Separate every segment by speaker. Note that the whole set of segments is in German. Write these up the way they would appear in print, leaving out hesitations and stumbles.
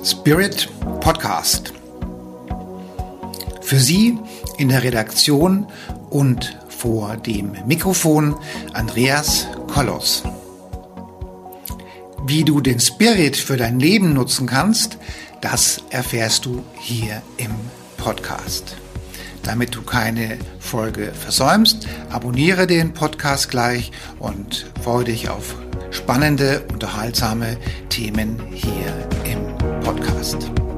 Speaker 1: Spirit Podcast. Für Sie in der Redaktion und vor dem Mikrofon Andreas Kollos. Wie du den Spirit für dein Leben nutzen kannst, das erfährst du hier im Podcast. Damit du keine Folge versäumst, abonniere den Podcast gleich und freue dich auf spannende, unterhaltsame Themen hier im Podcast.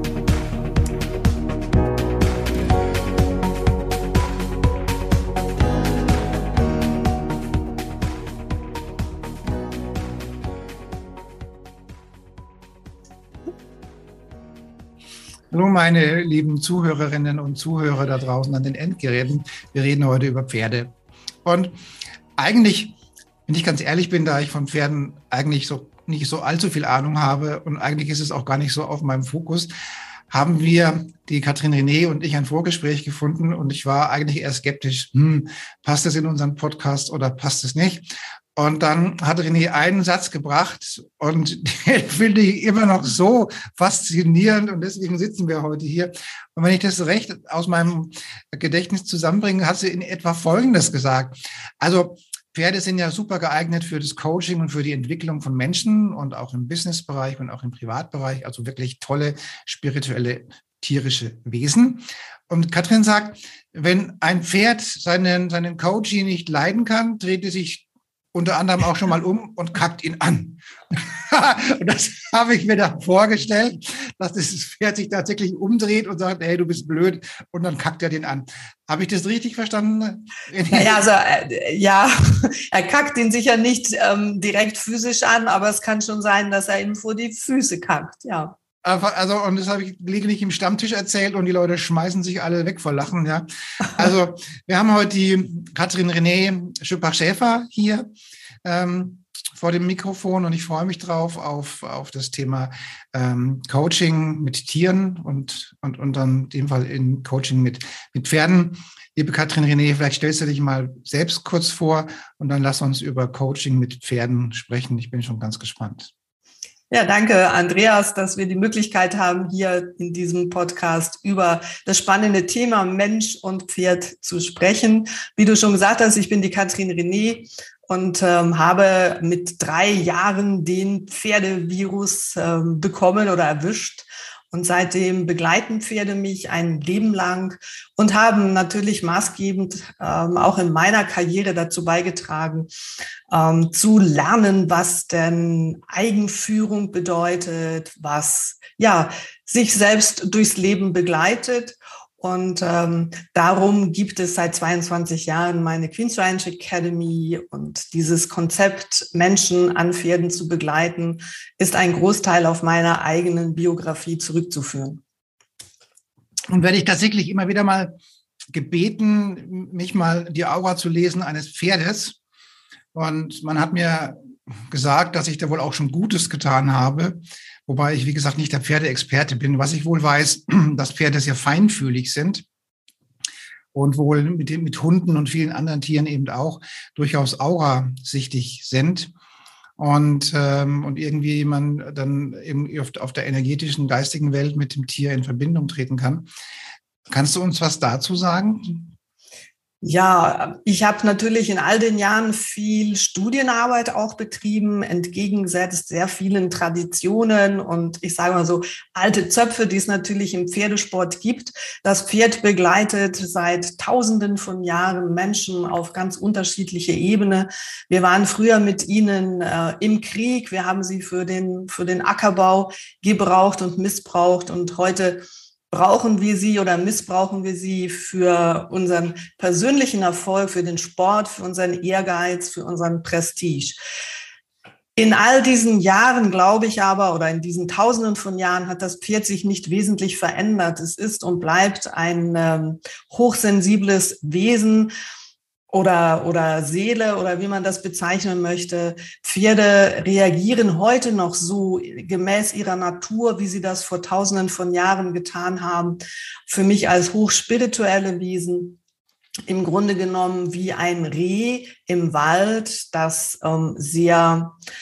Speaker 1: Hallo meine lieben Zuhörerinnen und Zuhörer da draußen an den Endgeräten. Wir reden heute über Pferde. Und eigentlich, wenn ich ganz ehrlich bin, da ich von Pferden eigentlich nicht so allzu viel Ahnung habe und eigentlich ist es auch gar nicht so auf meinem Fokus, haben wir, die Katrin René und ich, ein Vorgespräch gefunden und ich war eigentlich eher skeptisch. Passt das in unseren Podcast oder passt es nicht? Und dann hat René einen Satz gebracht und den finde ich immer noch so faszinierend und deswegen sitzen wir heute hier. Und wenn ich das recht aus meinem Gedächtnis zusammenbringe, hat sie in etwa Folgendes gesagt. Also Pferde sind ja super geeignet für das Coaching und für die Entwicklung von Menschen und auch im Businessbereich und auch im Privatbereich. Also wirklich tolle spirituelle tierische Wesen. Und Katrin sagt, wenn ein Pferd seinen Coachie nicht leiden kann, dreht es sich unter anderem auch schon mal um und kackt ihn an. Und das habe ich mir da vorgestellt, dass das Pferd sich tatsächlich umdreht und sagt, hey, du bist blöd, und dann kackt er den an. Habe ich das richtig verstanden?
Speaker 2: Naja, also ja, er kackt ihn sicher nicht direkt physisch an, aber es kann schon sein, dass er ihm vor die Füße kackt, ja.
Speaker 1: Also, und das habe ich gelegentlich im Stammtisch erzählt und die Leute schmeißen sich alle weg vor Lachen, ja. Also, wir haben heute die Katrin René Schüppach-Schäfer hier vor dem Mikrofon und ich freue mich drauf auf das Thema Coaching mit Tieren und dann in dem Fall in Coaching mit Pferden. Liebe Katrin René, vielleicht stellst du dich mal selbst kurz vor und dann lass uns über Coaching mit Pferden sprechen. Ich bin schon ganz gespannt.
Speaker 2: Ja, danke, Andreas, dass wir die Möglichkeit haben, hier in diesem Podcast über das spannende Thema Mensch und Pferd zu sprechen. Wie du schon gesagt hast, ich bin die Katrin René und habe mit 3 Jahren den Pferdevirus bekommen oder erwischt. Und seitdem begleiten Pferde mich ein Leben lang und haben natürlich maßgebend auch in meiner Karriere dazu beigetragen, zu lernen, was denn Eigenführung bedeutet, was ja sich selbst durchs Leben begleitet. Und darum gibt es seit 22 Jahren meine Queen's Ranch Academy und dieses Konzept, Menschen an Pferden zu begleiten, ist ein Großteil auf meiner eigenen Biografie zurückzuführen.
Speaker 1: Und werde ich tatsächlich immer wieder mal gebeten, mich mal die Aura zu lesen eines Pferdes. Und man hat mir gesagt, dass ich da wohl auch schon Gutes getan habe. Wobei ich, wie gesagt, nicht der Pferdeexperte bin. Was ich wohl weiß, dass Pferde sehr feinfühlig sind und wohl mit Hunden und vielen anderen Tieren eben auch durchaus aurasichtig sind. Und irgendwie man dann eben auf der energetischen, geistigen Welt mit dem Tier in Verbindung treten kann. Kannst du uns was dazu sagen?
Speaker 2: Ja, ich habe natürlich in all den Jahren viel Studienarbeit auch betrieben, entgegengesetzt sehr vielen Traditionen und ich sage mal so alte Zöpfe, die es natürlich im Pferdesport gibt. Das Pferd begleitet seit Tausenden von Jahren Menschen auf ganz unterschiedliche Ebene. Wir waren früher mit ihnen im Krieg, wir haben sie für den Ackerbau gebraucht und missbraucht und heute brauchen wir sie oder missbrauchen wir sie für unseren persönlichen Erfolg, für den Sport, für unseren Ehrgeiz, für unseren Prestige. In all diesen Jahren, glaube ich aber, oder in diesen Tausenden von Jahren hat das Pferd sich nicht wesentlich verändert. Es ist und bleibt ein hochsensibles Wesen, oder Seele oder wie man das bezeichnen möchte. Pferde reagieren heute noch so gemäß ihrer Natur, wie sie das vor Tausenden von Jahren getan haben. Für mich als hochspirituelle Wesen im Grunde genommen wie ein Reh im Wald, das sehr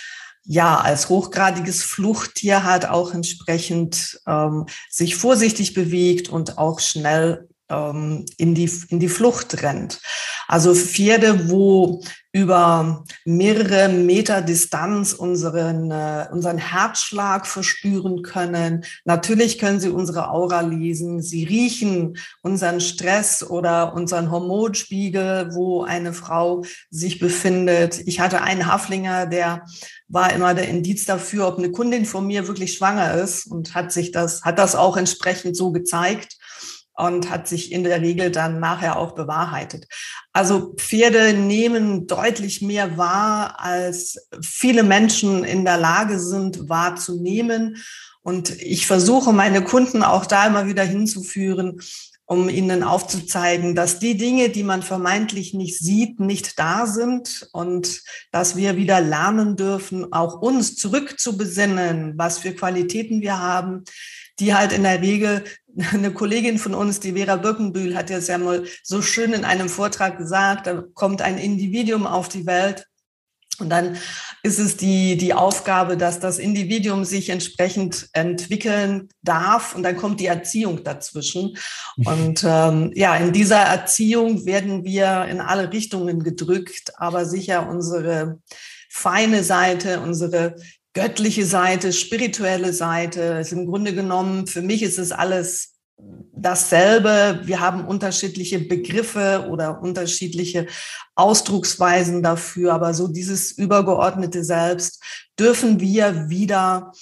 Speaker 2: ja als hochgradiges Fluchttier halt auch entsprechend sich vorsichtig bewegt und auch schnell in die Flucht rennt. Also Pferde, wo über mehrere Meter Distanz unseren Herzschlag verspüren können. Natürlich können sie unsere Aura lesen. Sie riechen unseren Stress oder unseren Hormonspiegel, wo eine Frau sich befindet. Ich hatte einen Haflinger, der war immer der Indiz dafür, ob eine Kundin von mir wirklich schwanger ist, und hat das auch entsprechend so gezeigt und hat sich in der Regel dann nachher auch bewahrheitet. Also Pferde nehmen deutlich mehr wahr, als viele Menschen in der Lage sind, wahrzunehmen. Und ich versuche, meine Kunden auch da immer wieder hinzuführen, um ihnen aufzuzeigen, dass die Dinge, die man vermeintlich nicht sieht, nicht da sind, und dass wir wieder lernen dürfen, auch uns zurückzubesinnen, was für Qualitäten wir haben, die halt in der Regel, eine Kollegin von uns, die Vera Birkenbühl, hat jetzt ja mal so schön in einem Vortrag gesagt, da kommt ein Individuum auf die Welt, und dann ist es die Aufgabe, dass das Individuum sich entsprechend entwickeln darf, und dann kommt die Erziehung dazwischen. Und in dieser Erziehung werden wir in alle Richtungen gedrückt, aber sicher unsere feine Seite, unsere göttliche Seite, spirituelle Seite, ist im Grunde genommen, für mich ist es alles dasselbe. Wir haben unterschiedliche Begriffe oder unterschiedliche Ausdrucksweisen dafür, aber so dieses übergeordnete Selbst dürfen wir wieder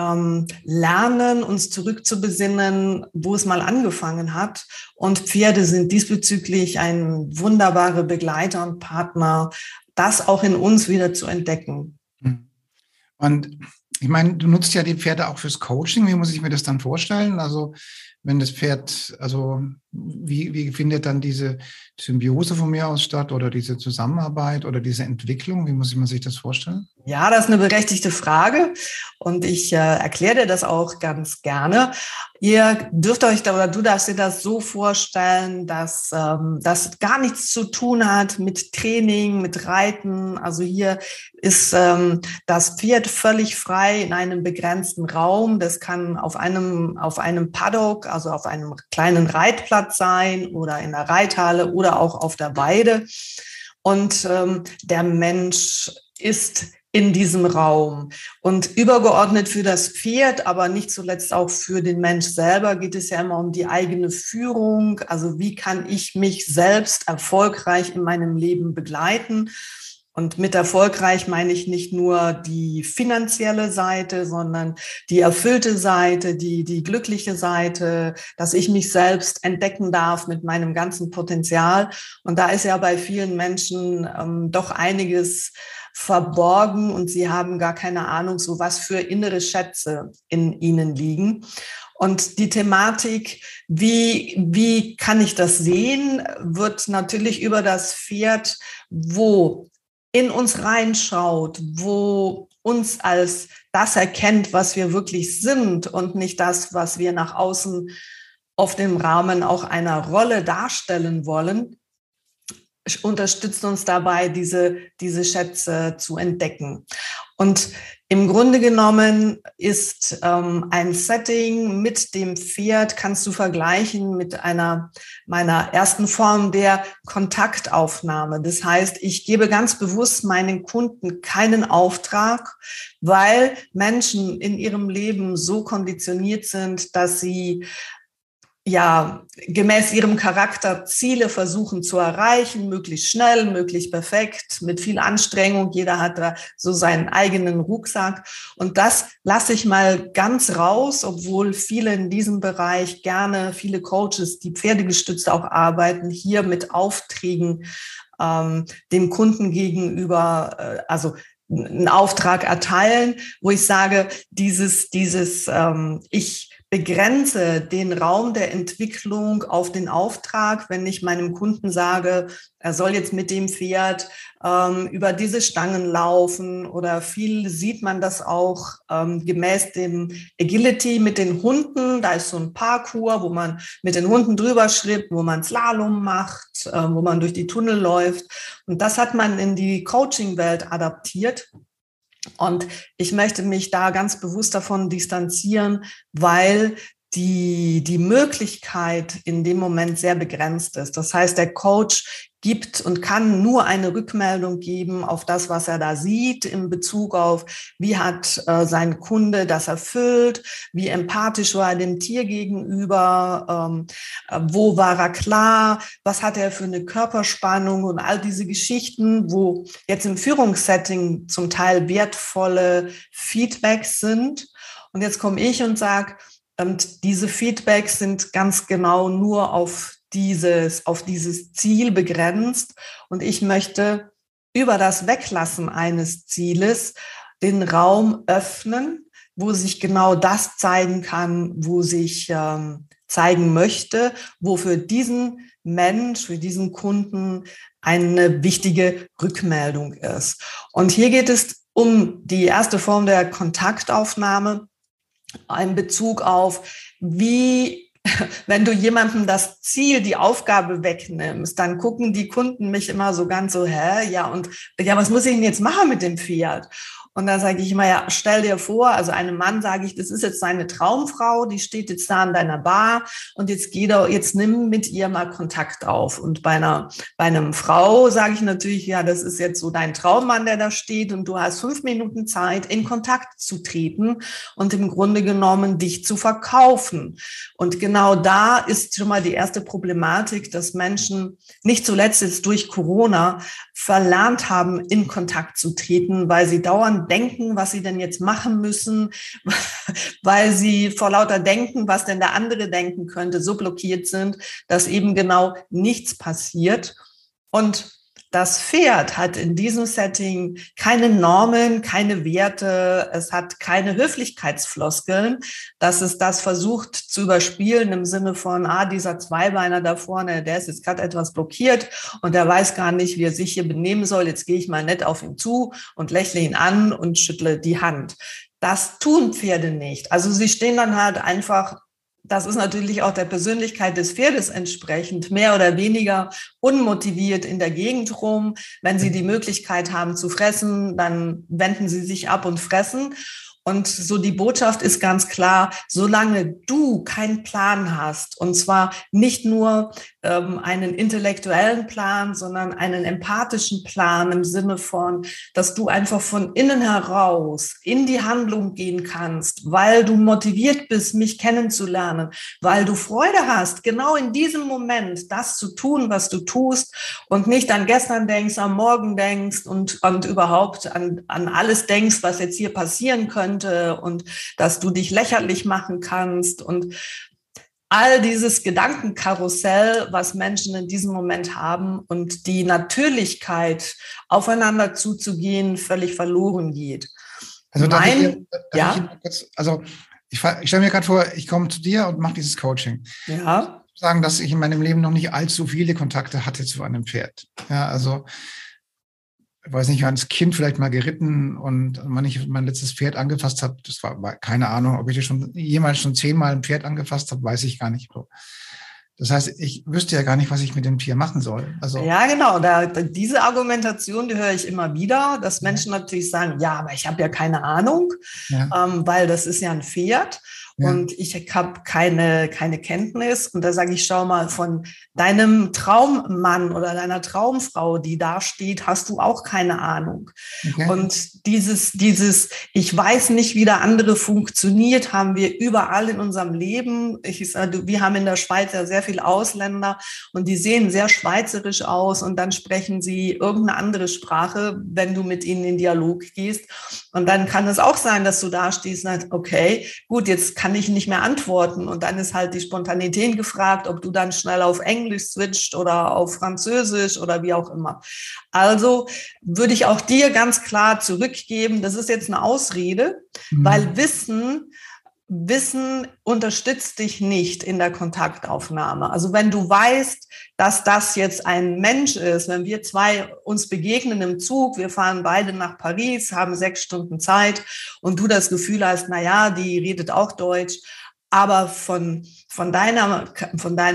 Speaker 2: lernen, uns zurückzubesinnen, wo es mal angefangen hat. Und Pferde sind diesbezüglich ein wunderbarer Begleiter und Partner, das auch in uns wieder zu entdecken.
Speaker 1: Und ich meine, du nutzt ja die Pferde auch fürs Coaching. Wie muss ich mir das dann vorstellen? Also wenn das Pferd, also wie findet dann diese Symbiose von mir aus statt oder diese Zusammenarbeit oder diese Entwicklung? Wie muss man sich das vorstellen?
Speaker 2: Ja, das ist eine berechtigte Frage, und ich erkläre dir das auch ganz gerne. Ihr dürft euch da, oder du darfst dir das so vorstellen, dass das gar nichts zu tun hat mit Training, mit Reiten. Also hier ist das Pferd völlig frei in einem begrenzten Raum. Das kann auf einem Paddock, also auf einem kleinen Reitplatz sein, oder in der Reithalle oder auch auf der Weide. Und der Mensch ist in diesem Raum. Und übergeordnet für das Pferd, aber nicht zuletzt auch für den Mensch selber, geht es ja immer um die eigene Führung. Also wie kann ich mich selbst erfolgreich in meinem Leben begleiten? Und mit erfolgreich meine ich nicht nur die finanzielle Seite, sondern die erfüllte Seite, die glückliche Seite, dass ich mich selbst entdecken darf mit meinem ganzen Potenzial. Und da ist ja bei vielen Menschen doch einiges verborgen, und sie haben gar keine Ahnung, so was für innere Schätze in ihnen liegen. Und die Thematik, wie kann ich das sehen, wird natürlich über das Pferd, wo in uns reinschaut, wo uns als das erkennt, was wir wirklich sind, und nicht das, was wir nach außen oft im Rahmen auch einer Rolle darstellen wollen, unterstützt uns dabei, diese Schätze zu entdecken. Und im Grunde genommen ist ein Setting mit dem Pferd, kannst du vergleichen mit meiner ersten Form der Kontaktaufnahme. Das heißt, ich gebe ganz bewusst meinen Kunden keinen Auftrag, weil Menschen in ihrem Leben so konditioniert sind, dass sie gemäß ihrem Charakter Ziele versuchen zu erreichen, möglichst schnell, möglichst perfekt, mit viel Anstrengung. Jeder hat da so seinen eigenen Rucksack. Und das lasse ich mal ganz raus, obwohl viele in diesem Bereich gerne, viele Coaches, die pferdegestützt auch arbeiten, hier mit Aufträgen dem Kunden gegenüber, also einen Auftrag erteilen, wo ich sage, ich begrenze den Raum der Entwicklung auf den Auftrag, wenn ich meinem Kunden sage, er soll jetzt mit dem Pferd über diese Stangen laufen, oder viel sieht man das auch gemäß dem Agility mit den Hunden. Da ist so ein Parcours, wo man mit den Hunden drüber schritt, wo man Slalom macht, wo man durch die Tunnel läuft. Und das hat man in die Coaching-Welt adaptiert. Und ich möchte mich da ganz bewusst davon distanzieren, weil die Möglichkeit in dem Moment sehr begrenzt ist. Das heißt, der Coach gibt und kann nur eine Rückmeldung geben auf das, was er da sieht, in Bezug auf, wie hat sein Kunde das erfüllt, wie empathisch war er dem Tier gegenüber, wo war er klar, was hat er für eine Körperspannung und all diese Geschichten, wo jetzt im Führungssetting zum Teil wertvolle Feedbacks sind. Und jetzt komme ich und sage, und diese Feedbacks sind ganz genau nur auf dieses Ziel begrenzt. Und ich möchte über das Weglassen eines Zieles den Raum öffnen, wo sich genau das zeigen kann, wo sich zeigen möchte, wo für diesen Mensch, für diesen Kunden eine wichtige Rückmeldung ist. Und hier geht es um die erste Form der Kontaktaufnahme, in Bezug auf, wie, wenn du jemandem das Ziel, die Aufgabe wegnimmst, dann gucken die Kunden mich immer so ganz so, was muss ich denn jetzt machen mit dem Fiat? Und dann sage ich immer, ja, stell dir vor, also einem Mann sage ich, das ist jetzt deine Traumfrau, die steht jetzt da an deiner Bar und jetzt nimm mit ihr mal Kontakt auf. Und bei einem Frau sage ich natürlich, ja, das ist jetzt so dein Traummann, der da steht und du hast 5 Minuten Zeit, in Kontakt zu treten und im Grunde genommen dich zu verkaufen. Und genau da ist schon mal die erste Problematik, dass Menschen nicht zuletzt jetzt durch Corona verlernt haben, in Kontakt zu treten, weil sie dauernd denken, was sie denn jetzt machen müssen, weil sie vor lauter Denken, was denn der andere denken könnte, so blockiert sind, dass eben genau nichts passiert. Und das Pferd hat in diesem Setting keine Normen, keine Werte, es hat keine Höflichkeitsfloskeln, dass es das versucht zu überspielen im Sinne von, dieser Zweibeiner da vorne, der ist jetzt gerade etwas blockiert und der weiß gar nicht, wie er sich hier benehmen soll. Jetzt gehe ich mal nett auf ihn zu und lächle ihn an und schüttle die Hand. Das tun Pferde nicht. Also sie stehen dann halt einfach, das ist natürlich auch der Persönlichkeit des Pferdes entsprechend, mehr oder weniger unmotiviert in der Gegend rum. Wenn sie die Möglichkeit haben zu fressen, dann wenden sie sich ab und fressen. Und so die Botschaft ist ganz klar, solange du keinen Plan hast, und zwar nicht nur einen intellektuellen Plan, sondern einen empathischen Plan im Sinne von, dass du einfach von innen heraus in die Handlung gehen kannst, weil du motiviert bist, mich kennenzulernen, weil du Freude hast, genau in diesem Moment das zu tun, was du tust und nicht an gestern denkst, am Morgen denkst und überhaupt an alles denkst, was jetzt hier passieren könnte und dass du dich lächerlich machen kannst und all dieses Gedankenkarussell, was Menschen in diesem Moment haben und die Natürlichkeit, aufeinander zuzugehen, völlig verloren geht.
Speaker 1: Also ich stelle mir gerade vor, ich komme zu dir und mache dieses Coaching.
Speaker 2: Ja.
Speaker 1: Ich muss sagen, dass ich in meinem Leben noch nicht allzu viele Kontakte hatte zu einem Pferd. Ja, also ich weiß nicht, als Kind vielleicht mal geritten und wenn ich mein letztes Pferd angefasst habe, das war keine Ahnung, ob ich jemals schon 10-mal ein Pferd angefasst habe, weiß ich gar nicht. Das heißt, ich wüsste ja gar nicht, was ich mit dem Tier machen soll. Also,
Speaker 2: ja, genau. Diese Argumentation, die höre ich immer wieder, dass Menschen natürlich sagen, ja, aber ich habe ja keine Ahnung, weil das ist ja ein Pferd. Ja. Und ich habe keine Kenntnis. Und da sage ich, schau mal, von deinem Traummann oder deiner Traumfrau, die da steht, hast du auch keine Ahnung. Okay. Und dieses, ich weiß nicht, wie der andere funktioniert, haben wir überall in unserem Leben. Wir haben in der Schweiz ja sehr viele Ausländer und die sehen sehr schweizerisch aus und dann sprechen sie irgendeine andere Sprache, wenn du mit ihnen in Dialog gehst. Und dann kann es auch sein, dass du da stehst und sagst, okay, gut, jetzt kann ich nicht mehr antworten. Und dann ist halt die Spontanität gefragt, ob du dann schnell auf Englisch switcht oder auf Französisch oder wie auch immer. Also würde ich auch dir ganz klar zurückgeben, das ist jetzt eine Ausrede, weil Wissen unterstützt dich nicht in der Kontaktaufnahme. Also wenn du weißt, dass das jetzt ein Mensch ist, wenn wir zwei uns begegnen im Zug, wir fahren beide nach Paris, haben 6 Stunden Zeit und du das Gefühl hast, na ja, die redet auch Deutsch, aber von deinem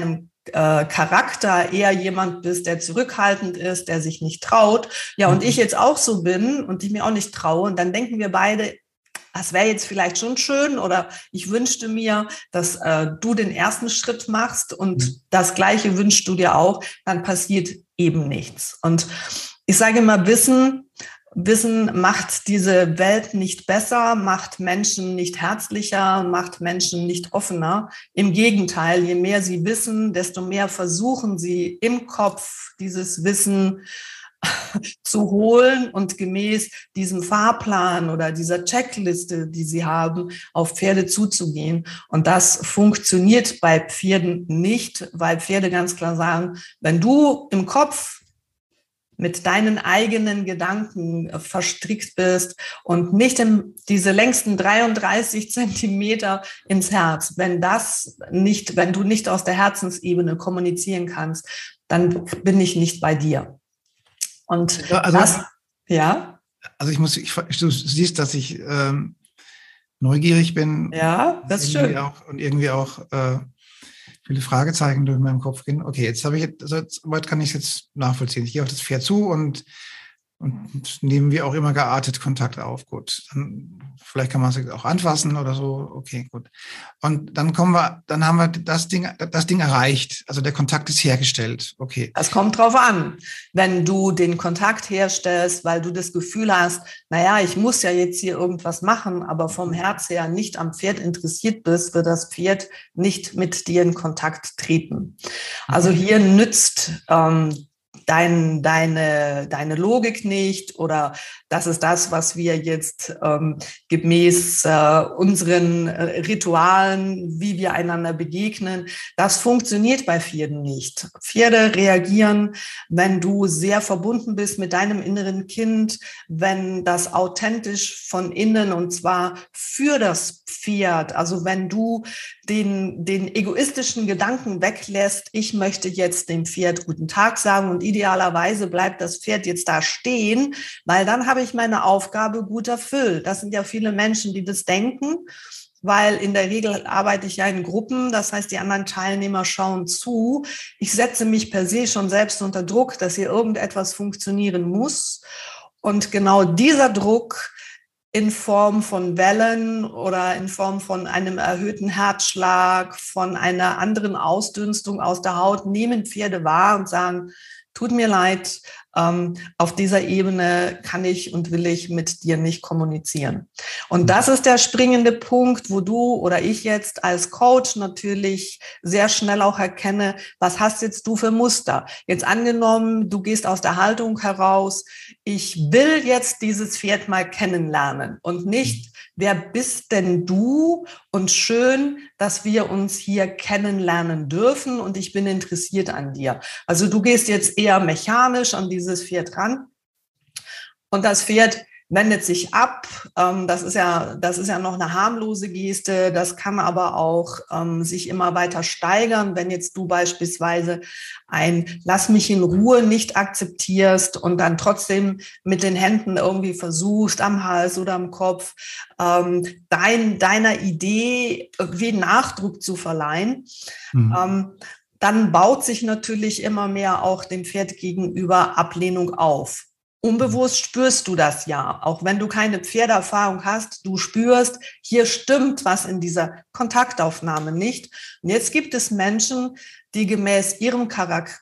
Speaker 2: Charakter eher jemand bist, der zurückhaltend ist, der sich nicht traut, ja, und ich jetzt auch so bin und ich mir auch nicht traue, und dann denken wir beide, das wäre jetzt vielleicht schon schön, oder ich wünschte mir, dass du den ersten Schritt machst und das Gleiche wünschst du dir auch, dann passiert eben nichts. Und ich sage immer, Wissen macht diese Welt nicht besser, macht Menschen nicht herzlicher, macht Menschen nicht offener. Im Gegenteil, je mehr sie wissen, desto mehr versuchen sie im Kopf dieses Wissen zu holen und gemäß diesem Fahrplan oder dieser Checkliste, die sie haben, auf Pferde zuzugehen. Und das funktioniert bei Pferden nicht, weil Pferde ganz klar sagen, wenn du im Kopf mit deinen eigenen Gedanken verstrickt bist und nicht diese längsten 33 Zentimeter ins Herz, wenn du nicht aus der Herzensebene kommunizieren kannst, dann bin ich nicht bei dir. Und ja.
Speaker 1: Also du siehst, dass ich neugierig bin.
Speaker 2: Ja, das ist schön.
Speaker 1: Und irgendwie auch viele Fragezeichen durch meinen Kopf gehen. Okay, jetzt soweit kann ich es jetzt nachvollziehen. Ich gehe auf das Pferd zu und nehmen wir auch immer geartet Kontakt auf. Gut, dann vielleicht kann man es auch anfassen oder so. Okay, gut. Und dann haben wir das Ding erreicht. Also der Kontakt ist hergestellt. Okay.
Speaker 2: Das kommt drauf an. Wenn du den Kontakt herstellst, weil du das Gefühl hast, naja, ich muss ja jetzt hier irgendwas machen, aber vom Herz her nicht am Pferd interessiert bist, wird das Pferd nicht mit dir in Kontakt treten. Also hier nützt deine Logik nicht, oder das ist das, was wir jetzt gemäß unseren Ritualen, wie wir einander begegnen, das funktioniert bei Pferden nicht. Pferde reagieren, wenn du sehr verbunden bist mit deinem inneren Kind, wenn das authentisch von innen, und zwar für das Pferd, also wenn du den egoistischen Gedanken weglässt, ich möchte jetzt dem Pferd guten Tag sagen und idealerweise bleibt das Pferd jetzt da stehen, weil dann habe ich meine Aufgabe gut erfüllt. Das sind ja viele Menschen, die das denken, weil in der Regel arbeite ich ja in Gruppen, das heißt, die anderen Teilnehmer schauen zu. Ich setze mich per se schon selbst unter Druck, dass hier irgendetwas funktionieren muss. Und genau dieser Druck in Form von Wellen oder in Form von einem erhöhten Herzschlag, von einer anderen Ausdünstung aus der Haut, nehmen Pferde wahr und sagen, tut mir leid, auf dieser Ebene kann ich und will ich mit dir nicht kommunizieren. Und das ist der springende Punkt, wo du oder ich jetzt als Coach natürlich sehr schnell auch erkenne, was hast jetzt du für Muster? Jetzt angenommen, du gehst aus der Haltung heraus, ich will jetzt dieses Pferd mal kennenlernen und nicht, wer bist denn du? Und schön, dass wir uns hier kennenlernen dürfen und ich bin interessiert an dir. Also du gehst jetzt eher mechanisch an dieses Pferd ran und das Pferd wendet sich ab. Das ist ja noch eine harmlose Geste. Das kann aber auch sich immer weiter steigern, wenn jetzt du beispielsweise ein Lass mich in Ruhe nicht akzeptierst und dann trotzdem mit den Händen irgendwie versuchst, am Hals oder am Kopf, deiner Idee wie Nachdruck zu verleihen. Dann baut sich natürlich immer mehr auch dem Pferd gegenüber Ablehnung auf. Unbewusst spürst du das ja, auch wenn du keine Pferdeerfahrung hast, du spürst, hier stimmt was in dieser Kontaktaufnahme nicht. Und jetzt gibt es Menschen, die gemäß ihrem Charakter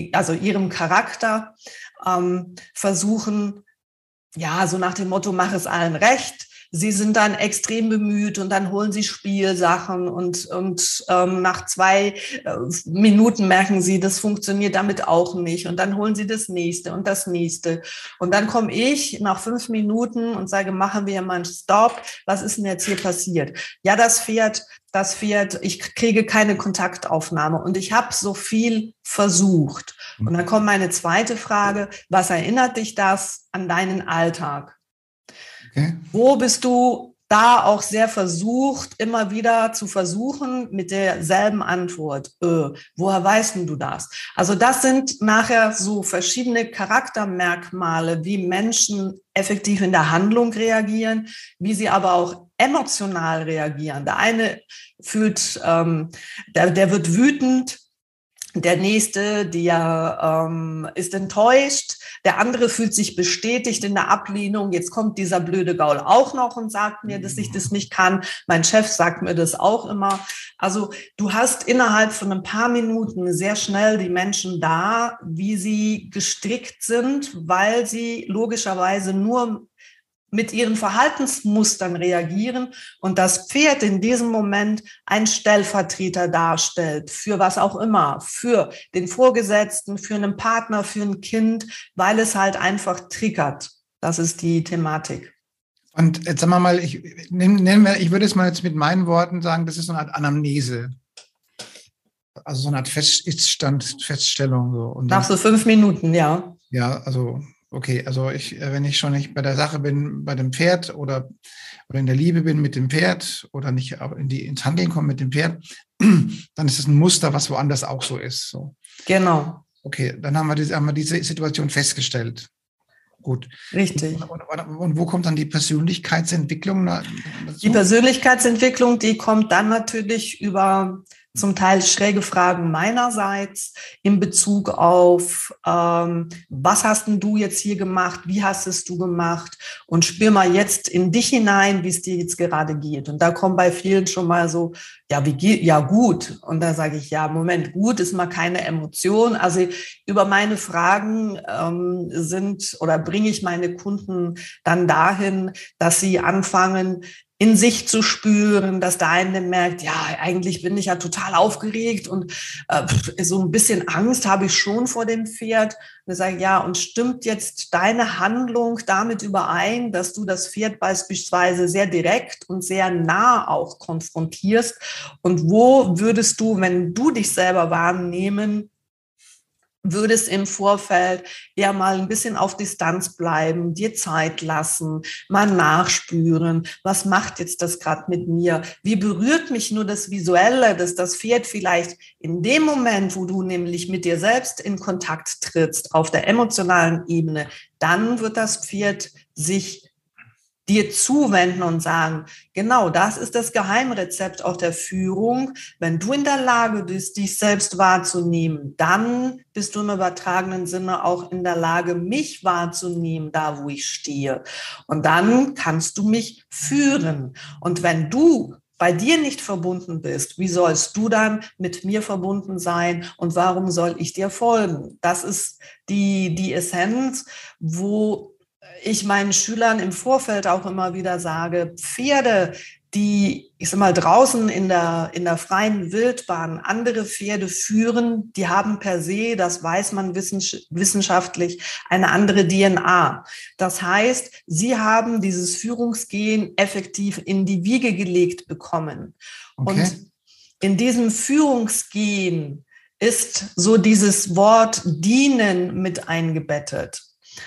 Speaker 2: versuchen, ja, so nach dem Motto, mach es allen recht. Sie sind dann extrem bemüht und dann holen sie Spielsachen und nach 2 Minuten merken sie, das funktioniert damit auch nicht. Und dann holen sie das Nächste und das Nächste. Und dann komme ich nach 5 Minuten und sage, machen wir mal einen Stopp. Was ist denn jetzt hier passiert? Ja, das Pferd, ich kriege keine Kontaktaufnahme und ich habe so viel versucht. Und dann kommt meine zweite Frage, was erinnert dich das an deinen Alltag? Okay. Wo bist du da auch sehr versucht, immer wieder zu versuchen mit derselben Antwort? Woher weißt denn du das? Also das sind nachher so verschiedene Charaktermerkmale, wie Menschen effektiv in der Handlung reagieren, wie sie aber auch emotional reagieren. Der eine fühlt, der wird wütend, Der nächste, der ist enttäuscht. Der andere fühlt sich bestätigt in der Ablehnung. Jetzt kommt dieser blöde Gaul auch noch und sagt mir, dass ich das nicht kann. Mein Chef sagt mir das auch immer. Also du hast innerhalb von ein paar Minuten sehr schnell die Menschen da, wie sie gestrickt sind, weil sie logischerweise nur mit ihren Verhaltensmustern reagieren und das Pferd in diesem Moment ein Stellvertreter darstellt, für was auch immer, für den Vorgesetzten, für einen Partner, für ein Kind, weil es halt einfach triggert. Das ist die Thematik.
Speaker 1: Und jetzt sagen wir mal, ich würde es mal jetzt mit meinen Worten sagen, das ist so eine Art Anamnese. Also so eine Art Feststellung. So. Und
Speaker 2: nach so 5 Minuten, ja.
Speaker 1: Ja, also okay, also wenn ich schon nicht bei der Sache bin, bei dem Pferd oder in der Liebe bin mit dem Pferd oder nicht ins Handeln komme mit dem Pferd, dann ist es ein Muster, was woanders auch so ist. So.
Speaker 2: Genau.
Speaker 1: Okay, dann haben wir diese Situation festgestellt. Gut.
Speaker 2: Richtig.
Speaker 1: Und wo kommt dann die Persönlichkeitsentwicklung dazu?
Speaker 2: Die Persönlichkeitsentwicklung, die kommt dann natürlich über zum Teil schräge Fragen meinerseits in Bezug auf, was hast denn du jetzt hier gemacht, wie hast es du gemacht und spür mal jetzt in dich hinein, wie es dir jetzt gerade geht. Und da kommt bei vielen schon mal so, ja, wie geht, ja gut. Und da sage ich, ja, Moment, gut ist mal keine Emotion. Also über meine Fragen bringe ich meine Kunden dann dahin, dass sie anfangen, in sich zu spüren, dass der eine merkt, ja, eigentlich bin ich ja total aufgeregt und so ein bisschen Angst habe ich schon vor dem Pferd. Und ich sage, ja, und stimmt jetzt deine Handlung damit überein, dass du das Pferd beispielsweise sehr direkt und sehr nah auch konfrontierst? Und wo würdest du, wenn du dich selber wahrnehmen würdest im Vorfeld eher mal ein bisschen auf Distanz bleiben, dir Zeit lassen, mal nachspüren, was macht jetzt das gerade mit mir? Wie berührt mich nur das Visuelle, dass das Pferd vielleicht in dem Moment, wo du nämlich mit dir selbst in Kontakt trittst, auf der emotionalen Ebene, dann wird das Pferd sich dir zuwenden und sagen, genau, das ist das Geheimrezept auch der Führung. Wenn du in der Lage bist, dich selbst wahrzunehmen, dann bist du im übertragenen Sinne auch in der Lage, mich wahrzunehmen, da wo ich stehe. Und dann kannst du mich führen. Und wenn du bei dir nicht verbunden bist, wie sollst du dann mit mir verbunden sein und warum soll ich dir folgen? Das ist die Essenz, wo ich meinen Schülern im Vorfeld auch immer wieder sage, Pferde, die, ich sag mal, draußen in der freien Wildbahn andere Pferde führen, die haben per se, das weiß man wissenschaftlich, eine andere DNA. Das heißt, sie haben dieses Führungsgen effektiv in die Wiege gelegt bekommen. Okay. Und in diesem Führungsgen ist so dieses Wort dienen mit eingebettet.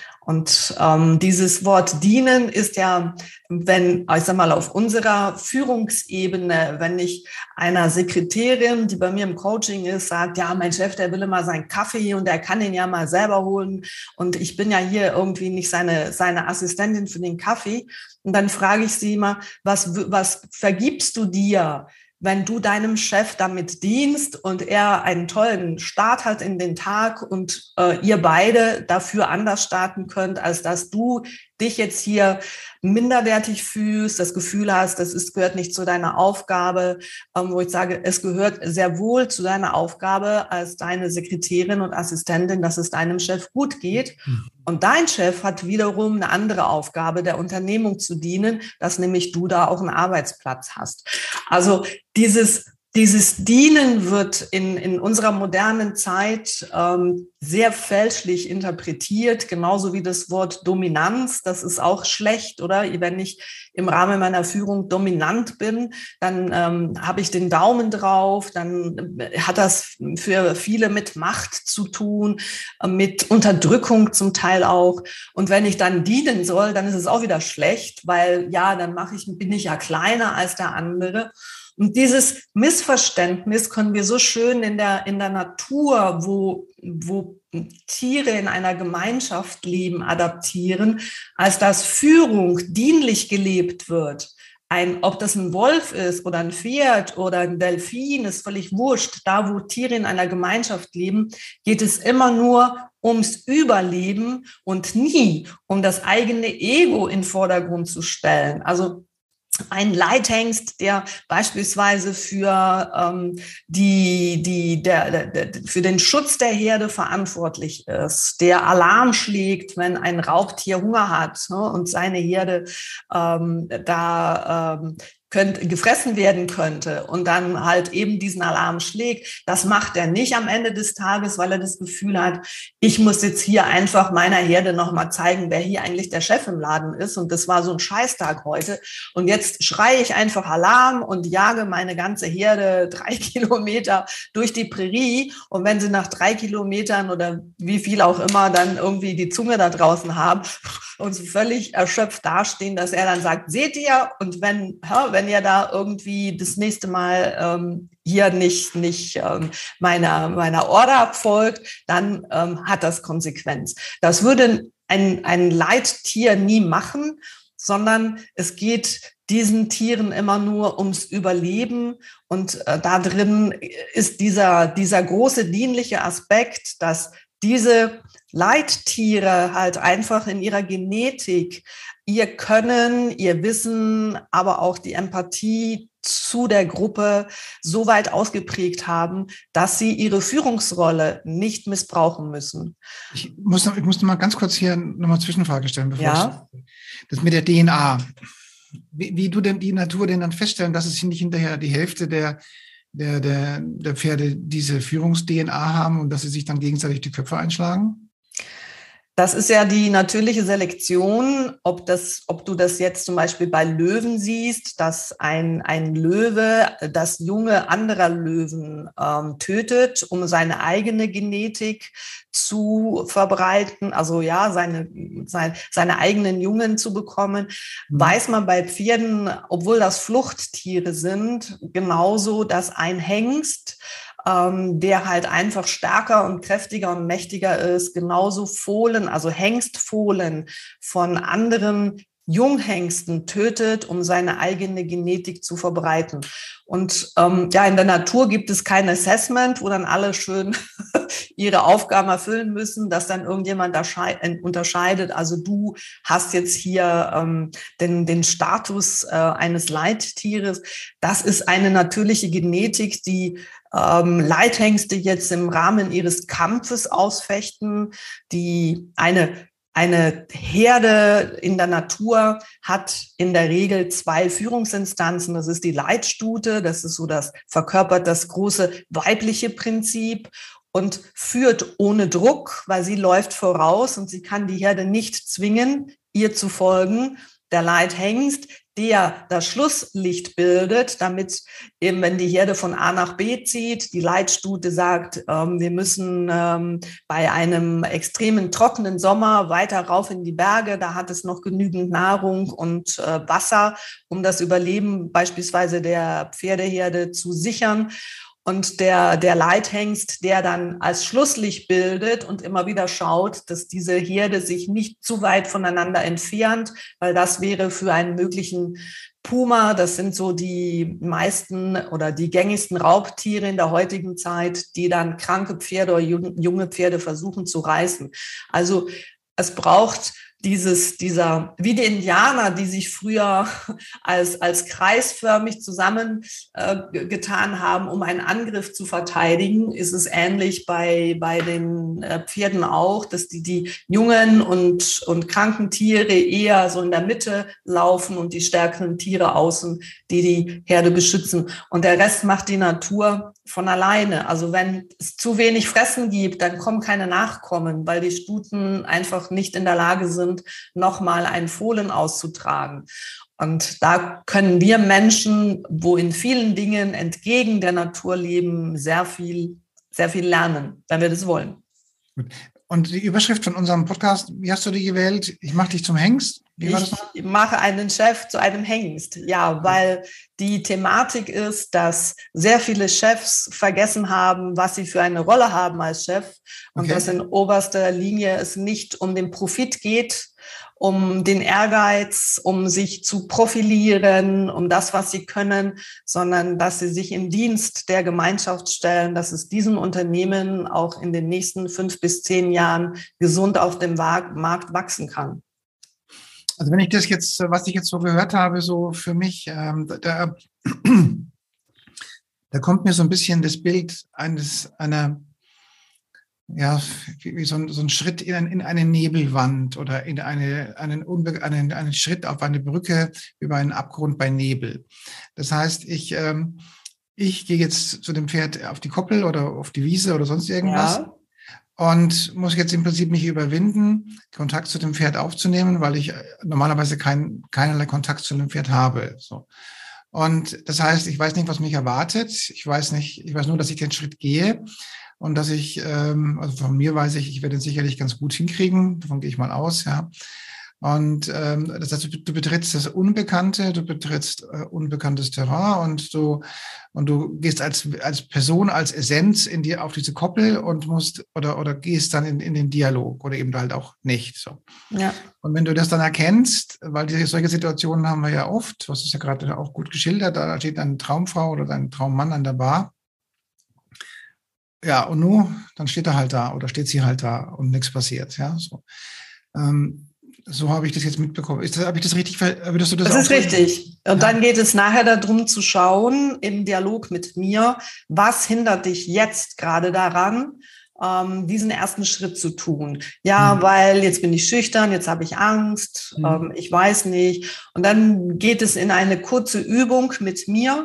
Speaker 2: Und dieses Wort dienen ist ja, wenn, ich sag mal, auf unserer Führungsebene, wenn ich einer Sekretärin, die bei mir im Coaching ist, sagt, ja, mein Chef, der will immer seinen Kaffee und der kann ihn ja mal selber holen und ich bin ja hier irgendwie nicht seine Assistentin für den Kaffee. Und dann frage ich sie immer, was vergibst du dir, wenn du deinem Chef damit dienst und er einen tollen Start hat in den Tag und ihr beide dafür anders starten könnt, als dass du dich jetzt hier minderwertig fühlst, das Gefühl hast, gehört nicht zu deiner Aufgabe, wo ich sage, es gehört sehr wohl zu deiner Aufgabe als deine Sekretärin und Assistentin, dass es deinem Chef gut geht. Und dein Chef hat wiederum eine andere Aufgabe, der Unternehmung zu dienen, dass nämlich du da auch einen Arbeitsplatz hast. Also dieses Dienen wird in unserer modernen Zeit sehr fälschlich interpretiert, genauso wie das Wort Dominanz. Das ist auch schlecht, oder? Wenn ich im Rahmen meiner Führung dominant bin, dann habe ich den Daumen drauf, dann hat das für viele mit Macht zu tun, mit Unterdrückung zum Teil auch. Und wenn ich dann dienen soll, dann ist es auch wieder schlecht, weil ja, dann bin ich ja kleiner als der andere. Und dieses Missverständnis können wir so schön in der Natur, wo Tiere in einer Gemeinschaft leben, adaptieren, als dass Führung dienlich gelebt wird. ob das ein Wolf ist oder ein Pferd oder ein Delfin, ist völlig wurscht. Da, wo Tiere in einer Gemeinschaft leben, geht es immer nur ums Überleben und nie um das eigene Ego in den Vordergrund zu stellen. Also ein Leithengst, der beispielsweise für für den Schutz der Herde verantwortlich ist, der Alarm schlägt, wenn ein Raubtier Hunger hat, ne, und seine Herde gefressen werden könnte und dann halt eben diesen Alarm schlägt. Das macht er nicht am Ende des Tages, weil er das Gefühl hat, ich muss jetzt hier einfach meiner Herde nochmal zeigen, wer hier eigentlich der Chef im Laden ist. Und das war so ein Scheißtag heute. Und jetzt schreie ich einfach Alarm und jage meine ganze Herde 3 Kilometer durch die Prärie. Und wenn sie nach 3 Kilometern oder wie viel auch immer dann irgendwie die Zunge da draußen haben und so völlig erschöpft dastehen, dass er dann sagt, seht ihr? Und wenn ihr da irgendwie das nächste Mal hier nicht meiner Order folgt, dann hat das Konsequenz. Das würde ein Leittier nie machen, sondern es geht diesen Tieren immer nur ums Überleben. Und da drin ist dieser große dienliche Aspekt, dass diese Leittiere halt einfach in ihrer Genetik ihr Können, ihr Wissen, aber auch die Empathie zu der Gruppe so weit ausgeprägt haben, dass sie ihre Führungsrolle nicht missbrauchen müssen.
Speaker 1: Ich muss noch mal ganz kurz hier nochmal Zwischenfrage stellen, bevor das mit der DNA. Wie du denn die Natur denn dann feststellen, dass es nicht hinterher die Hälfte der Pferde diese Führungs-DNA haben und dass sie sich dann gegenseitig die Köpfe einschlagen?
Speaker 2: Das ist ja die natürliche Selektion, ob du das jetzt zum Beispiel bei Löwen siehst, dass ein Löwe das Junge anderer Löwen tötet, um seine eigene Genetik zu verbreiten, also ja, seine eigenen Jungen zu bekommen, weiß man bei Pferden, obwohl das Fluchttiere sind, genauso, dass ein Hengst, der halt einfach stärker und kräftiger und mächtiger ist, genauso Fohlen, also Hengstfohlen von anderen Junghengsten tötet, um seine eigene Genetik zu verbreiten. Und in der Natur gibt es kein Assessment, wo dann alle schön ihre Aufgaben erfüllen müssen, dass dann irgendjemand unterscheidet. Also du hast jetzt hier den Status eines Leittieres. Das ist eine natürliche Genetik, die Leithengste jetzt im Rahmen ihres Kampfes ausfechten, die eine Herde in der Natur hat in der Regel 2 Führungsinstanzen. Das ist die Leitstute, das ist so verkörpert das große weibliche Prinzip und führt ohne Druck, weil sie läuft voraus und sie kann die Herde nicht zwingen, ihr zu folgen. Der Leithengst, der das Schlusslicht bildet, damit eben, wenn die Herde von A nach B zieht, die Leitstute sagt, wir müssen bei einem extremen trockenen Sommer weiter rauf in die Berge, da hat es noch genügend Nahrung und Wasser, um das Überleben beispielsweise der Pferdeherde zu sichern. Und der Leithengst, der dann als Schlusslicht bildet und immer wieder schaut, dass diese Herde sich nicht zu weit voneinander entfernt, weil das wäre für einen möglichen Puma, das sind so die meisten oder die gängigsten Raubtiere in der heutigen Zeit, die dann kranke Pferde oder junge Pferde versuchen zu reißen. Also es braucht wie die Indianer, die sich früher als kreisförmig zusammengetan haben, um einen Angriff zu verteidigen, ist es ähnlich bei den Pferden auch, dass die jungen und kranken Tiere eher so in der Mitte laufen und die stärkeren Tiere außen, die Herde beschützen. Und der Rest macht die Natur von alleine. Also wenn es zu wenig Fressen gibt, dann kommen keine Nachkommen, weil die Stuten einfach nicht in der Lage sind, nochmal einen Fohlen auszutragen. Und da können wir Menschen, wo in vielen Dingen entgegen der Natur leben, sehr viel lernen, wenn wir das wollen.
Speaker 1: Und die Überschrift von unserem Podcast, wie hast du die gewählt? Ich mache dich zum Hengst?
Speaker 2: Ich mache einen Chef zu einem Hengst. Ja, weil die Thematik ist, dass sehr viele Chefs vergessen haben, was sie für eine Rolle haben als Chef. Und dass in oberster Linie es nicht um den Profit geht, um den Ehrgeiz, um sich zu profilieren, um das, was sie können, sondern dass sie sich in Dienst der Gemeinschaft stellen, dass es diesem Unternehmen auch in den nächsten 5 bis 10 Jahren gesund auf dem Markt wachsen kann.
Speaker 1: Also wenn ich das jetzt, was ich jetzt so gehört habe, so für mich, da kommt mir so ein bisschen das Bild wie so ein Schritt in eine Nebelwand oder in einen Schritt auf eine Brücke über einen Abgrund bei Nebel. Das heißt, ich gehe jetzt zu dem Pferd auf die Koppel oder auf die Wiese oder sonst irgendwas. Ja. Und muss jetzt im Prinzip mich überwinden, Kontakt zu dem Pferd aufzunehmen, weil ich normalerweise keinerlei Kontakt zu dem Pferd habe. So. Und das heißt, ich weiß nicht, was mich erwartet. Ich weiß nur, dass ich den Schritt gehe und dass also von mir weiß ich werde ihn sicherlich ganz gut hinkriegen. Davon gehe ich mal aus, ja. Und das heißt, du betrittst das Unbekannte, du betrittst unbekanntes Terrain und du gehst als Person, als Essenz auf diese Koppel und musst oder gehst dann in den Dialog oder eben halt auch nicht. So. Ja. Und wenn du das dann erkennst, weil solche Situationen haben wir ja oft, du hast es ja gerade auch gut geschildert, da steht eine Traumfrau oder dein Traummann an der Bar. Ja, und nun, dann steht er halt da oder steht sie halt da und nichts passiert. Ja, so. So habe ich das jetzt mitbekommen. Habe ich das richtig? Würdest du das
Speaker 2: ist richtig. Und dann geht es nachher darum zu schauen, im Dialog mit mir, was hindert dich jetzt gerade daran, diesen ersten Schritt zu tun. Ja, weil jetzt bin ich schüchtern, jetzt habe ich Angst, ich weiß nicht. Und dann geht es in eine kurze Übung mit mir,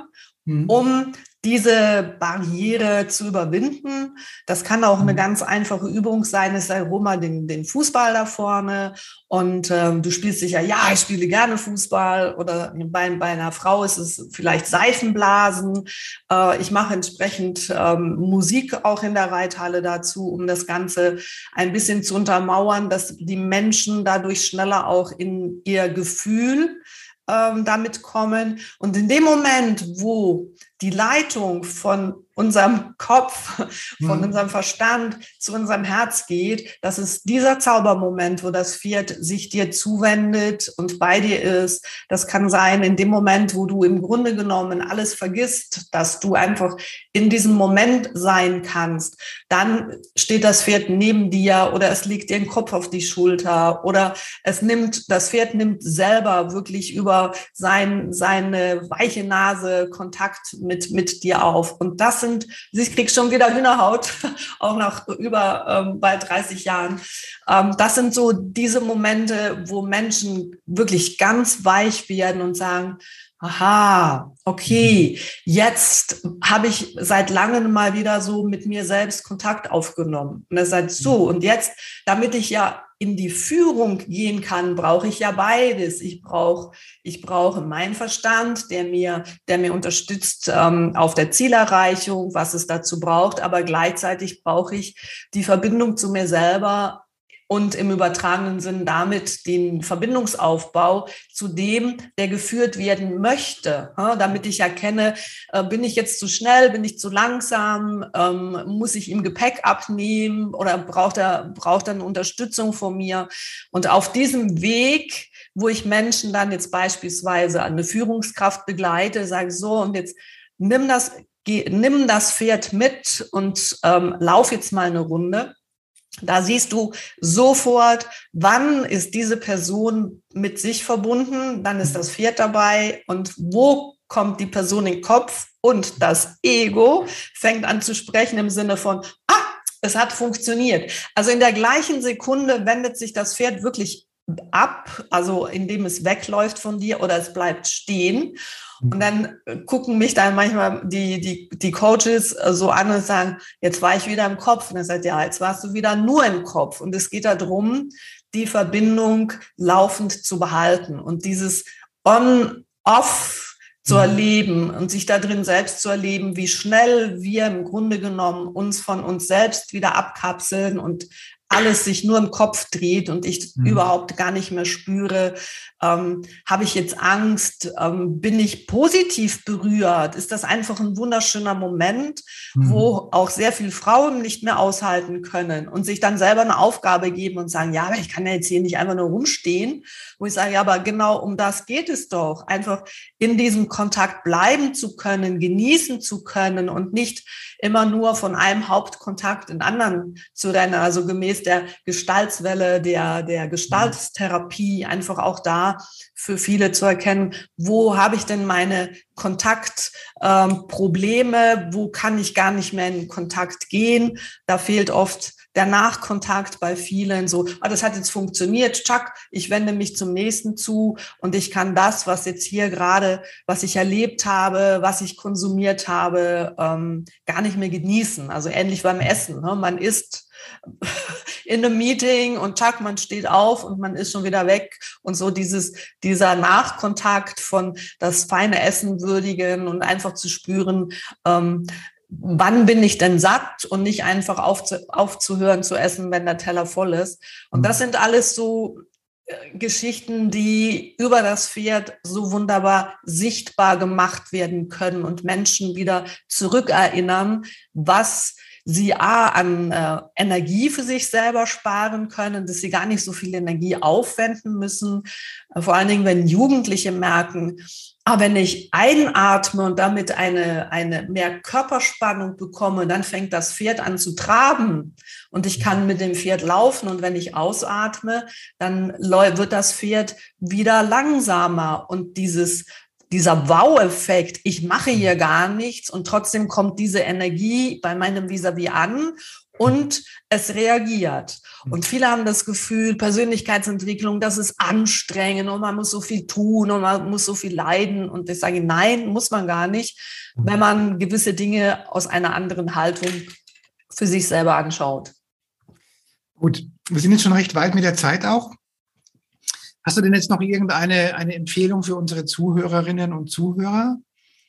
Speaker 2: um diese Barriere zu überwinden. Das kann auch eine ganz einfache Übung sein. Es sei rum mal den Fußball da vorne und du spielst sicher, ja, ich spiele gerne Fußball oder bei einer Frau ist es vielleicht Seifenblasen. Ich mache entsprechend Musik auch in der Reithalle dazu, um das Ganze ein bisschen zu untermauern, dass die Menschen dadurch schneller auch in ihr Gefühl damit kommen. Und in dem Moment, wo die Leitung von unserem Kopf, von unserem Verstand zu unserem Herz geht, das ist dieser Zaubermoment, wo das Pferd sich dir zuwendet und bei dir ist. Das kann sein in dem Moment, wo du im Grunde genommen alles vergisst, dass du einfach in diesem Moment sein kannst. Dann steht das Pferd neben dir oder es legt dir den Kopf auf die Schulter oder das Pferd nimmt selber wirklich über seine weiche Nase Kontakt mit dir auf. Und das ich kriege schon wieder Hühnerhaut, auch nach bald 30 Jahren. Das sind so diese Momente, wo Menschen wirklich ganz weich werden und sagen, aha, okay, jetzt habe ich seit langem mal wieder so mit mir selbst Kontakt aufgenommen. Und das sagt so, und jetzt, damit ich ja in die Führung gehen kann, brauche ich ja beides. Ich brauche meinen Verstand, der mir unterstützt auf der Zielerreichung, was es dazu braucht, aber gleichzeitig brauche ich die Verbindung zu mir selber und im übertragenen Sinn damit den Verbindungsaufbau zu dem, der geführt werden möchte, damit ich erkenne, bin ich jetzt zu schnell, bin ich zu langsam, muss ich ihm Gepäck abnehmen oder braucht er eine Unterstützung von mir? Und auf diesem Weg, wo ich Menschen dann jetzt beispielsweise eine Führungskraft begleite, sage so, und jetzt nimm das Pferd mit und lauf jetzt mal eine Runde. Da siehst du sofort, wann ist diese Person mit sich verbunden, dann ist das Pferd dabei und wo kommt die Person in den Kopf und das Ego fängt an zu sprechen im Sinne von, es hat funktioniert. Also in der gleichen Sekunde wendet sich das Pferd wirklich ab, also indem es wegläuft von dir oder es bleibt stehen. Und dann gucken mich dann manchmal die Coaches so an und sagen, jetzt war ich wieder im Kopf. Und dann sagt, ja, jetzt warst du wieder nur im Kopf. Und es geht darum, die Verbindung laufend zu behalten und dieses On-Off zu erleben und sich da drin selbst zu erleben, wie schnell wir im Grunde genommen uns von uns selbst wieder abkapseln und alles sich nur im Kopf dreht und ich überhaupt gar nicht mehr spüre, Habe ich jetzt Angst? Bin ich positiv berührt? Ist das einfach ein wunderschöner Moment, wo auch sehr viele Frauen nicht mehr aushalten können und sich dann selber eine Aufgabe geben und sagen, ja, aber ich kann ja jetzt hier nicht einfach nur rumstehen, wo ich sage, ja, aber genau um das geht es doch, einfach in diesem Kontakt bleiben zu können, genießen zu können und nicht immer nur von einem Hauptkontakt in anderen zu rennen, also gemäß der Gestaltswelle, der Gestaltstherapie, einfach auch da für viele zu erkennen, wo habe ich denn meine Kontaktprobleme, wo kann ich gar nicht mehr in Kontakt gehen, da fehlt oft der Nachkontakt bei vielen, so, das hat jetzt funktioniert, tschack, ich wende mich zum nächsten zu und ich kann das, was jetzt hier gerade, was ich erlebt habe, was ich konsumiert habe, gar nicht mehr genießen. Also ähnlich beim Essen, ne? Man isst in einem Meeting und tschack, man steht auf und man ist schon wieder weg und so dieser Nachkontakt von das feine Essen würdigen und einfach zu spüren, wann bin ich denn satt und nicht einfach aufzuhören zu essen, wenn der Teller voll ist. Und das sind alles so Geschichten, die über das Pferd so wunderbar sichtbar gemacht werden können und Menschen wieder zurückerinnern, was sie an Energie für sich selber sparen können, dass sie gar nicht so viel Energie aufwenden müssen. Vor allen Dingen, wenn Jugendliche merken, wenn ich einatme und damit eine mehr Körperspannung bekomme, dann fängt das Pferd an zu traben und ich kann mit dem Pferd laufen. Und wenn ich ausatme, dann wird das Pferd wieder langsamer. Und dieser Wow-Effekt, ich mache hier gar nichts und trotzdem kommt diese Energie bei meinem Vis-à-vis an und es reagiert. Und viele haben das Gefühl, Persönlichkeitsentwicklung, das ist anstrengend und man muss so viel tun und man muss so viel leiden. Und ich sage, nein, muss man gar nicht, wenn man gewisse Dinge aus einer anderen Haltung für sich selber anschaut.
Speaker 1: Gut, wir sind jetzt schon recht weit mit der Zeit auch. Hast du denn jetzt noch irgendeine Empfehlung für unsere Zuhörerinnen und Zuhörer?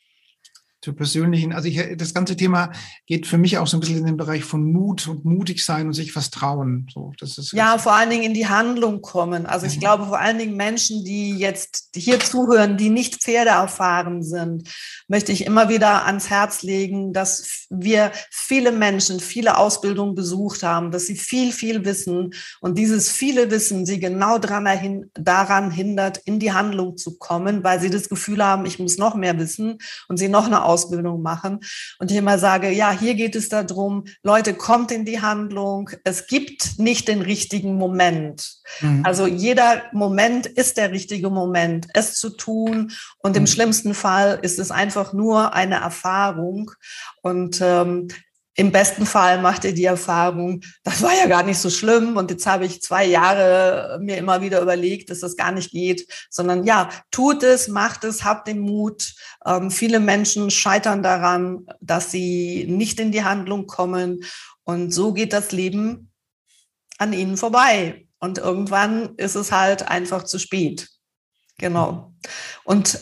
Speaker 1: Zur persönlichen, also das ganze Thema geht für mich auch so ein bisschen in den Bereich von Mut und mutig sein und sich was trauen. So, das ist
Speaker 2: ja, vor allen Dingen in die Handlung kommen. Also ich glaube, vor allen Dingen Menschen, die jetzt hier zuhören, die nicht pferdeerfahren sind, möchte ich immer wieder ans Herz legen, dass wir viele Menschen, viele Ausbildungen besucht haben, dass sie viel, viel wissen und dieses viele Wissen sie genau daran hindert, in die Handlung zu kommen, weil sie das Gefühl haben, ich muss noch mehr wissen und sie noch eine Ausbildung machen. Und ich immer sage, ja, hier geht es darum, Leute, kommt in die Handlung. Es gibt nicht den richtigen Moment. Also jeder Moment ist der richtige Moment, es zu tun. Und im schlimmsten Fall ist es einfach nur eine Erfahrung. Und im besten Fall macht ihr die Erfahrung, das war ja gar nicht so schlimm und jetzt habe ich 2 Jahre mir immer wieder überlegt, dass das gar nicht geht, sondern ja, tut es, macht es, habt den Mut. Viele Menschen scheitern daran, dass sie nicht in die Handlung kommen und so geht das Leben an ihnen vorbei und irgendwann ist es halt einfach zu spät. Genau. Und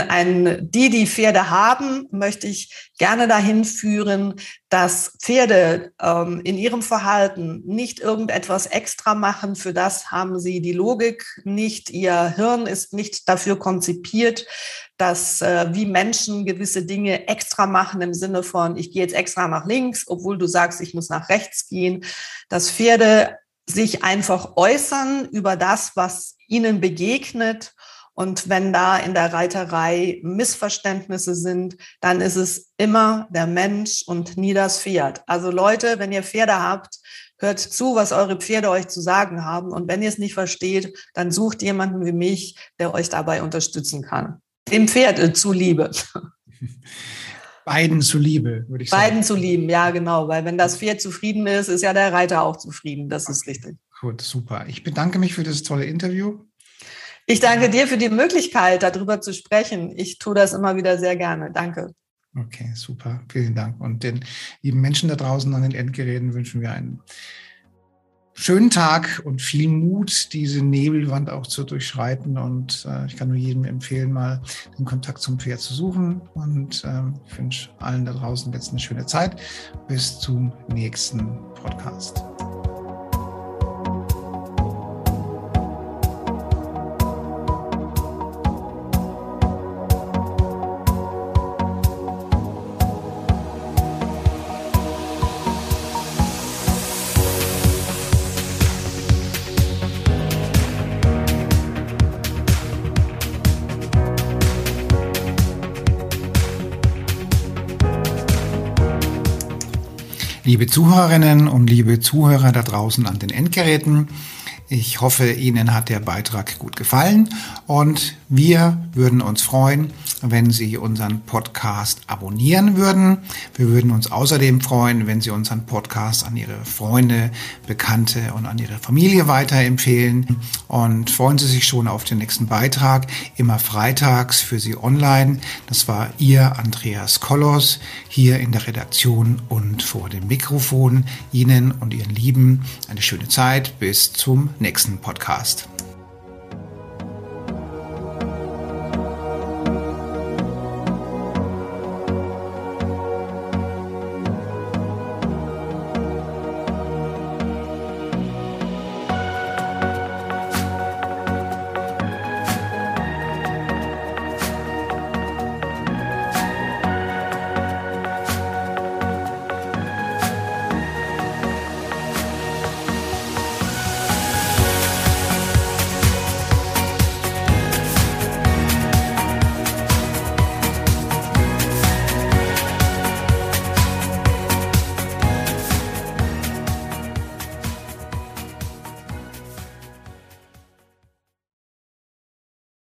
Speaker 2: die Pferde haben, möchte ich gerne dahin führen, dass Pferde in ihrem Verhalten nicht irgendetwas extra machen. Für das haben sie die Logik nicht. Ihr Hirn ist nicht dafür konzipiert, dass wie Menschen gewisse Dinge extra machen im Sinne von, ich gehe jetzt extra nach links, obwohl du sagst, ich muss nach rechts gehen. Dass Pferde sich einfach äußern über das, was ihnen begegnet. Und wenn da in der Reiterei Missverständnisse sind, dann ist es immer der Mensch und nie das Pferd. Also Leute, wenn ihr Pferde habt, hört zu, was eure Pferde euch zu sagen haben. Und wenn ihr es nicht versteht, dann sucht jemanden wie mich, der euch dabei unterstützen kann. Dem Pferd zuliebe.
Speaker 1: Beiden zuliebe, würde ich sagen.
Speaker 2: Beiden zu lieben, ja genau. Weil wenn das Pferd zufrieden ist, ist ja der Reiter auch zufrieden. Das ist richtig.
Speaker 1: Gut, super. Ich bedanke mich für das tolle Interview.
Speaker 2: Ich danke dir für die Möglichkeit, darüber zu sprechen. Ich tue das immer wieder sehr gerne. Danke.
Speaker 1: Okay, super. Vielen Dank. Und den lieben Menschen da draußen an den Endgeräten wünschen wir einen schönen Tag und viel Mut, diese Nebelwand auch zu durchschreiten. Und ich kann nur jedem empfehlen, mal den Kontakt zum Pferd zu suchen. Und ich wünsche allen da draußen jetzt eine schöne Zeit. Bis zum nächsten Podcast. Liebe Zuhörerinnen und liebe Zuhörer da draußen an den Endgeräten, ich hoffe, Ihnen hat der Beitrag gut gefallen und wir würden uns freuen, wenn Sie unseren Podcast abonnieren würden. Wir würden uns außerdem freuen, wenn Sie unseren Podcast an Ihre Freunde, Bekannte und an Ihre Familie weiterempfehlen. Und freuen Sie sich schon auf den nächsten Beitrag, immer freitags für Sie online. Das war Ihr Andreas Kollos hier in der Redaktion und vor dem Mikrofon. Ihnen und Ihren Lieben eine schöne Zeit. Bis zum nächsten Podcast.